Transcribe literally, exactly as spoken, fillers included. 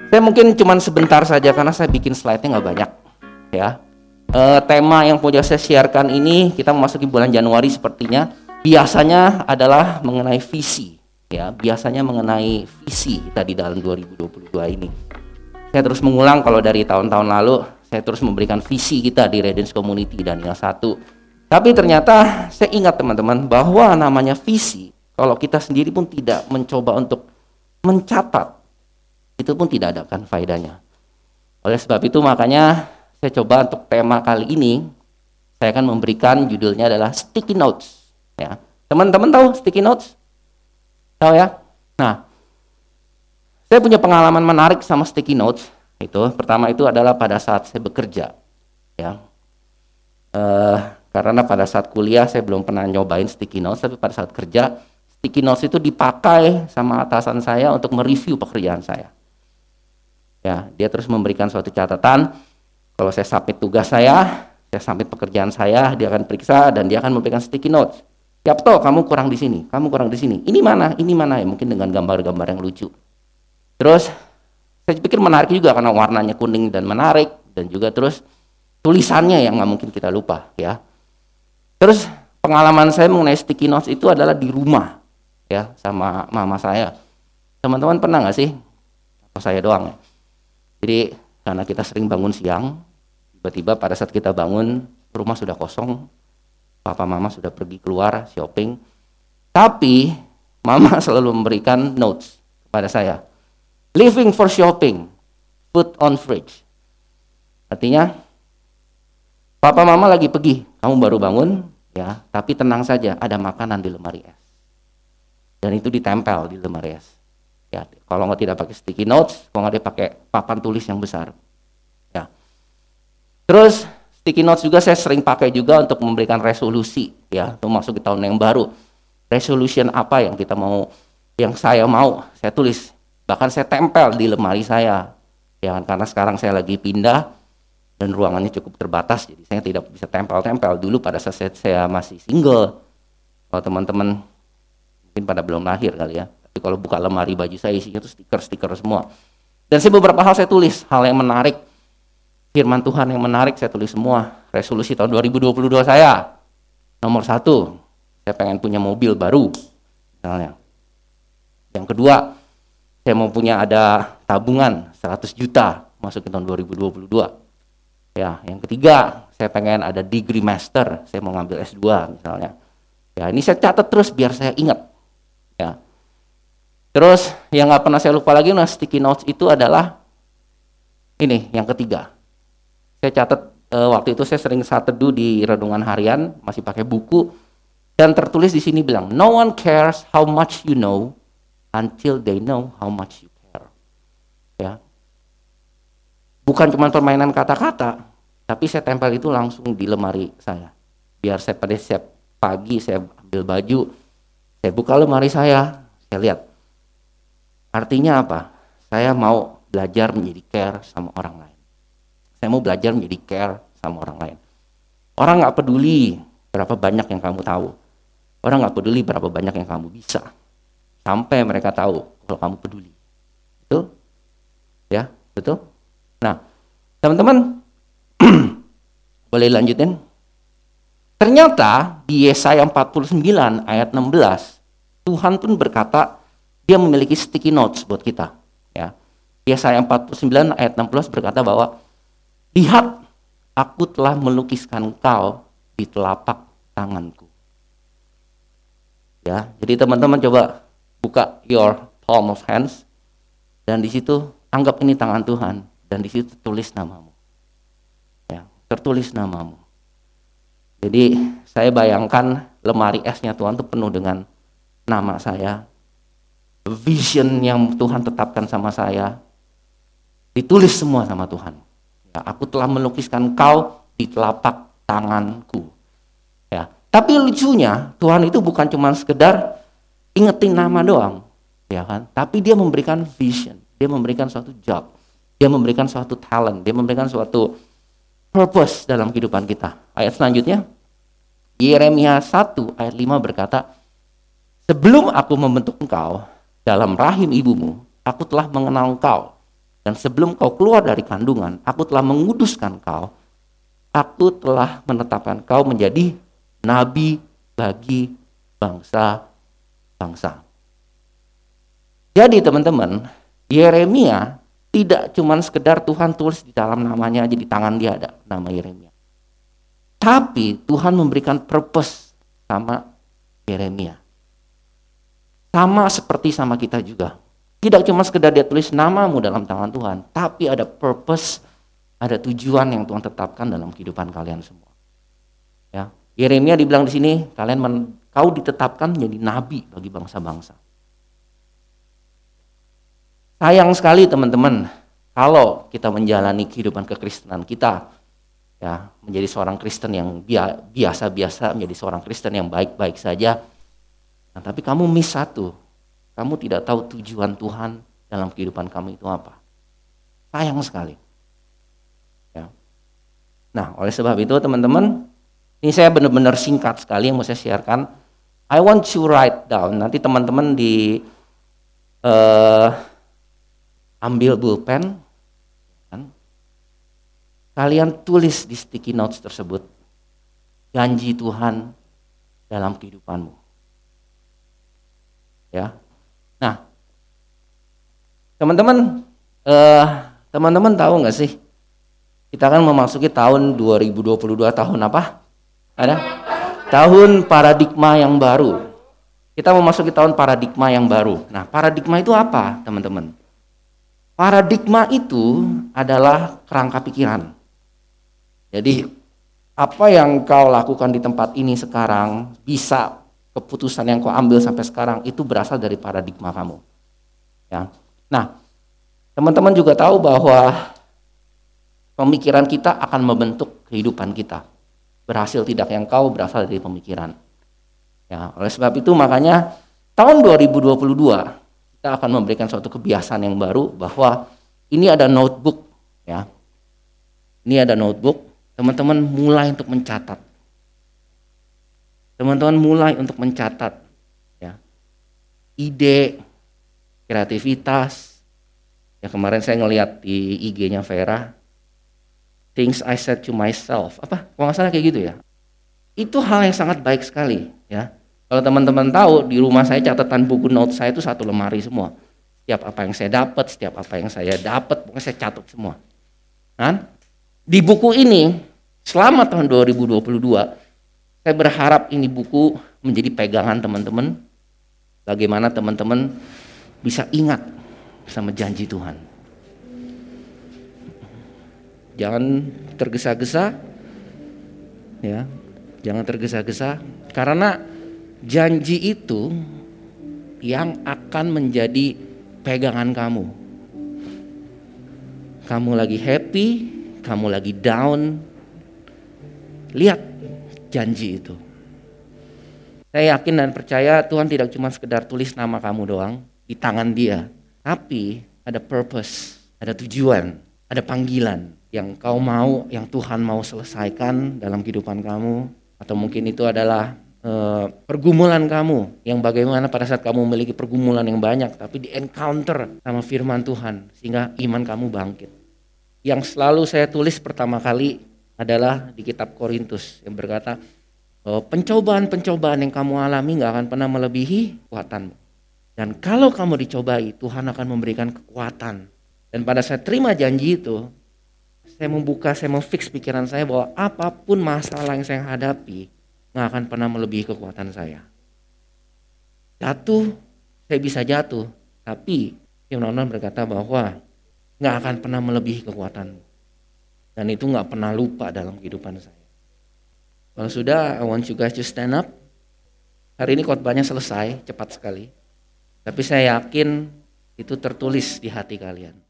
Saya mungkin cuman sebentar saja karena saya bikin slide-nya nggak banyak, ya. E, tema yang mau saya sharekan ini, kita memasuki bulan Januari sepertinya, biasanya adalah mengenai visi, ya. Biasanya mengenai visi kita di dalam dua ribu dua puluh dua ini. Saya terus mengulang kalau dari tahun-tahun lalu, saya terus memberikan visi kita di Radiance Community dan yang satu. Tapi ternyata saya ingat teman-teman bahwa namanya visi, kalau kita sendiri pun tidak mencoba untuk mencatat, itu pun tidak ada kan faedahnya. Oleh sebab itu makanya saya coba untuk tema kali ini, saya akan memberikan judulnya adalah sticky notes. Ya, teman-teman tahu sticky notes? Tahu ya? Nah, saya punya pengalaman menarik sama sticky notes. Itu pertama itu adalah pada saat saya bekerja, ya. Uh, karena pada saat kuliah saya belum pernah nyobain sticky notes, tapi pada saat kerja sticky notes itu dipakai sama atasan saya untuk mereview pekerjaan saya. Ya, dia terus memberikan suatu catatan. Kalau saya submit tugas saya, saya submit pekerjaan saya, dia akan periksa dan dia akan memberikan sticky notes. Siap toh, kamu kurang di sini, kamu kurang di sini. Ini mana, ini mana ya, mungkin dengan gambar-gambar yang lucu. Terus saya pikir menarik juga karena warnanya kuning dan menarik, dan juga terus tulisannya yang nggak mungkin kita lupa, ya. Terus pengalaman saya mengenai sticky notes itu adalah di rumah, ya, sama mama saya. Teman-teman pernah nggak sih? Atau saya doang ya? Jadi karena kita sering bangun siang, tiba-tiba pada saat kita bangun rumah sudah kosong, papa mama sudah pergi keluar shopping, tapi mama selalu memberikan notes kepada saya. Leaving for shopping, put on fridge. Artinya papa mama lagi pergi, kamu baru bangun, ya, tapi tenang saja, ada makanan di lemari es. Dan itu ditempel di lemari es. Ya, kalau nggak tidak pakai sticky notes, kalau nggak dia pakai papan tulis yang besar. Ya. Terus sticky notes juga saya sering pakai juga untuk memberikan resolusi, ya, untuk masuk ke tahun yang baru. Resolution apa yang kita mau, yang saya mau, saya tulis. Bahkan saya tempel di lemari saya, ya, karena sekarang saya lagi pindah dan ruangannya cukup terbatas, jadi saya tidak bisa tempel-tempel. Dulu pada saat saya masih single, kalau teman-teman mungkin pada belum lahir kali ya. Kalau buka lemari baju saya isinya itu stiker-stiker semua. Dan saya beberapa hal saya tulis, hal yang menarik, firman Tuhan yang menarik saya tulis semua. Resolusi tahun dua ribu dua puluh dua saya, nomor satu, saya pengen punya mobil baru, misalnya. Yang kedua, saya mau punya ada tabungan seratus juta masuk ke tahun dua ribu dua puluh dua. Ya, yang ketiga, saya pengen ada degree master, saya mau ngambil S dua misalnya. Ya, ini saya catat terus biar saya ingat. Ya. Terus yang nggak pernah saya lupa lagi, nah sticky notes itu adalah ini yang ketiga. Saya catat e, waktu itu saya sering saat teduh di renungan harian, masih pakai buku, dan tertulis di sini bilang, no one cares how much you know until they know how much you care. Ya, bukan cuma permainan kata-kata, tapi saya tempel itu langsung di lemari saya. Biar saya pada siap pagi saya ambil baju, saya buka lemari saya, saya lihat. Artinya apa? Saya mau belajar menjadi care sama orang lain. Saya mau belajar menjadi care sama orang lain. Orang gak peduli berapa banyak yang kamu tahu. Orang gak peduli berapa banyak yang kamu bisa. Sampai mereka tahu kalau kamu peduli. Betul? Ya, betul? Nah, teman-teman, boleh lanjutin? Ternyata di Yesaya empat puluh sembilan ayat enam belas, Tuhan pun berkata, dia memiliki sticky notes buat kita. Ya. Yesaya empat puluh sembilan ayat enam belas berkata bahwa, lihat, aku telah melukiskan engkau di telapak tanganku. Ya, jadi teman-teman coba buka your palm of hands, dan di situ anggap ini tangan Tuhan, dan di situ tertulis namamu. Ya, tertulis namamu. Jadi saya bayangkan lemari esnya Tuhan itu penuh dengan nama saya. Vision yang Tuhan tetapkan sama saya ditulis semua sama Tuhan. Ya, aku telah melukiskan kau di telapak tanganku. Ya, tapi lucunya Tuhan itu bukan cuma sekedar ingetin nama doang, ya kan? Tapi dia memberikan vision, dia memberikan suatu job, dia memberikan suatu talent, dia memberikan suatu purpose dalam kehidupan kita. Ayat selanjutnya, Yeremia satu ayat lima berkata, sebelum aku membentuk engkau dalam rahim ibumu, aku telah mengenal engkau. Dan sebelum kau keluar dari kandungan, aku telah menguduskan kau. Aku telah menetapkan kau menjadi nabi bagi bangsa-bangsa. Jadi teman-teman, Yeremia tidak cuma sekedar Tuhan tulis di dalam namanya aja, di tangan dia ada nama Yeremia. Tapi Tuhan memberikan purpose sama Yeremia. Sama seperti sama kita juga. Tidak cuma sekedar dia tulis namamu dalam tangan Tuhan, tapi ada purpose, ada tujuan yang Tuhan tetapkan dalam kehidupan kalian semua. Ya, Yeremia dibilang di sini, kalian men, kau ditetapkan menjadi nabi bagi bangsa-bangsa. Sayang sekali teman-teman, kalau kita menjalani kehidupan kekristenan kita, ya, menjadi seorang Kristen yang biasa-biasa, menjadi seorang Kristen yang baik-baik saja. Nah, tapi kamu miss satu. Kamu tidak tahu tujuan Tuhan dalam kehidupan kamu itu apa. Sayang sekali. Ya. Nah, oleh sebab itu teman-teman, ini saya benar-benar singkat sekali yang mau saya sharekan. I want you write down. Nanti teman-teman di uh, ambil pulpen, kan? Kalian tulis di sticky notes tersebut janji Tuhan dalam kehidupanmu. Ya. Nah, teman-teman, eh, teman-teman tahu nggak sih, kita kan memasuki tahun dua ribu dua puluh dua, tahun apa? Ada? Tahun paradigma yang baru. Kita memasuki tahun paradigma yang baru. Nah, paradigma itu apa, teman-teman? Paradigma itu adalah kerangka pikiran. Jadi, apa yang kau lakukan di tempat ini sekarang bisa keputusan yang kau ambil sampai sekarang itu berasal dari paradigma kamu. Ya. Nah, teman-teman juga tahu bahwa pemikiran kita akan membentuk kehidupan kita. Berhasil tidak yang kau berasal dari pemikiran. Ya, oleh sebab itu makanya tahun dua ribu dua puluh dua kita akan memberikan suatu kebiasaan yang baru bahwa ini ada notebook, ya. Ini ada notebook, teman-teman mulai untuk mencatat. Teman-teman mulai untuk mencatat, ya, ide, kreativitas. Ya, kemarin saya ngelihat di I G-nya Vera, things I said to myself, apa? Kalau nggak salah kayak gitu ya. Itu hal yang sangat baik sekali, ya. Kalau teman-teman tahu, di rumah saya catatan buku note saya itu satu lemari semua. Setiap apa yang saya dapat, setiap apa yang saya dapat, pokoknya saya catat semua. Kan? Di buku ini, selama tahun dua ribu dua puluh dua, saya berharap ini buku menjadi pegangan teman-teman, bagaimana teman-teman bisa ingat sama janji Tuhan. Jangan tergesa-gesa, ya, jangan tergesa-gesa, karena janji itu yang akan menjadi pegangan kamu. Kamu lagi happy, kamu lagi down, lihat janji itu. Saya yakin dan percaya Tuhan tidak cuma sekedar tulis nama kamu doang di tangan dia, tapi ada purpose, ada tujuan, ada panggilan yang kau mau, yang Tuhan mau selesaikan dalam kehidupan kamu. Atau mungkin itu adalah e, pergumulan kamu, yang bagaimana pada saat kamu memiliki pergumulan yang banyak, tapi di encounter sama firman Tuhan sehingga iman kamu bangkit. Yang selalu saya tulis pertama kali adalah di kitab Korintus yang berkata, pencobaan-pencobaan yang kamu alami gak akan pernah melebihi kekuatanmu. Dan kalau kamu dicobai, Tuhan akan memberikan kekuatan. Dan pada saat terima janji itu, saya membuka, saya memfix pikiran saya bahwa apapun masalah yang saya hadapi gak akan pernah melebihi kekuatan saya. Jatuh, saya bisa jatuh, tapi firman Tuhan berkata bahwa gak akan pernah melebihi kekuatanmu. Dan itu gak pernah lupa dalam kehidupan saya. Kalau sudah, I want you guys to stand up. Hari ini khotbahnya selesai, cepat sekali. Tapi saya yakin itu tertulis di hati kalian.